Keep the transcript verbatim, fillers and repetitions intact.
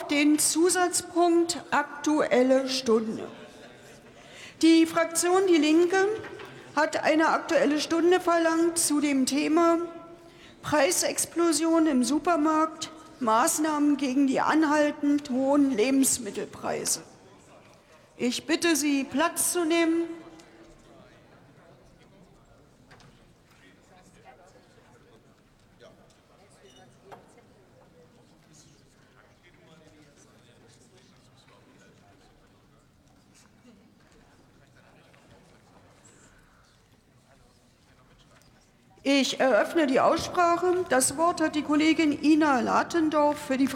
den Zusatzpunkt Aktuelle Stunde. Die Fraktion Die Linke hat eine Aktuelle Stunde verlangt zu dem Thema Preisexplosion im Supermarkt, Maßnahmen gegen die anhaltend hohen Lebensmittelpreise. Ich bitte Sie, Platz zu nehmen. Ich eröffne die Aussprache. Das Wort hat die Kollegin Ina Latendorf für die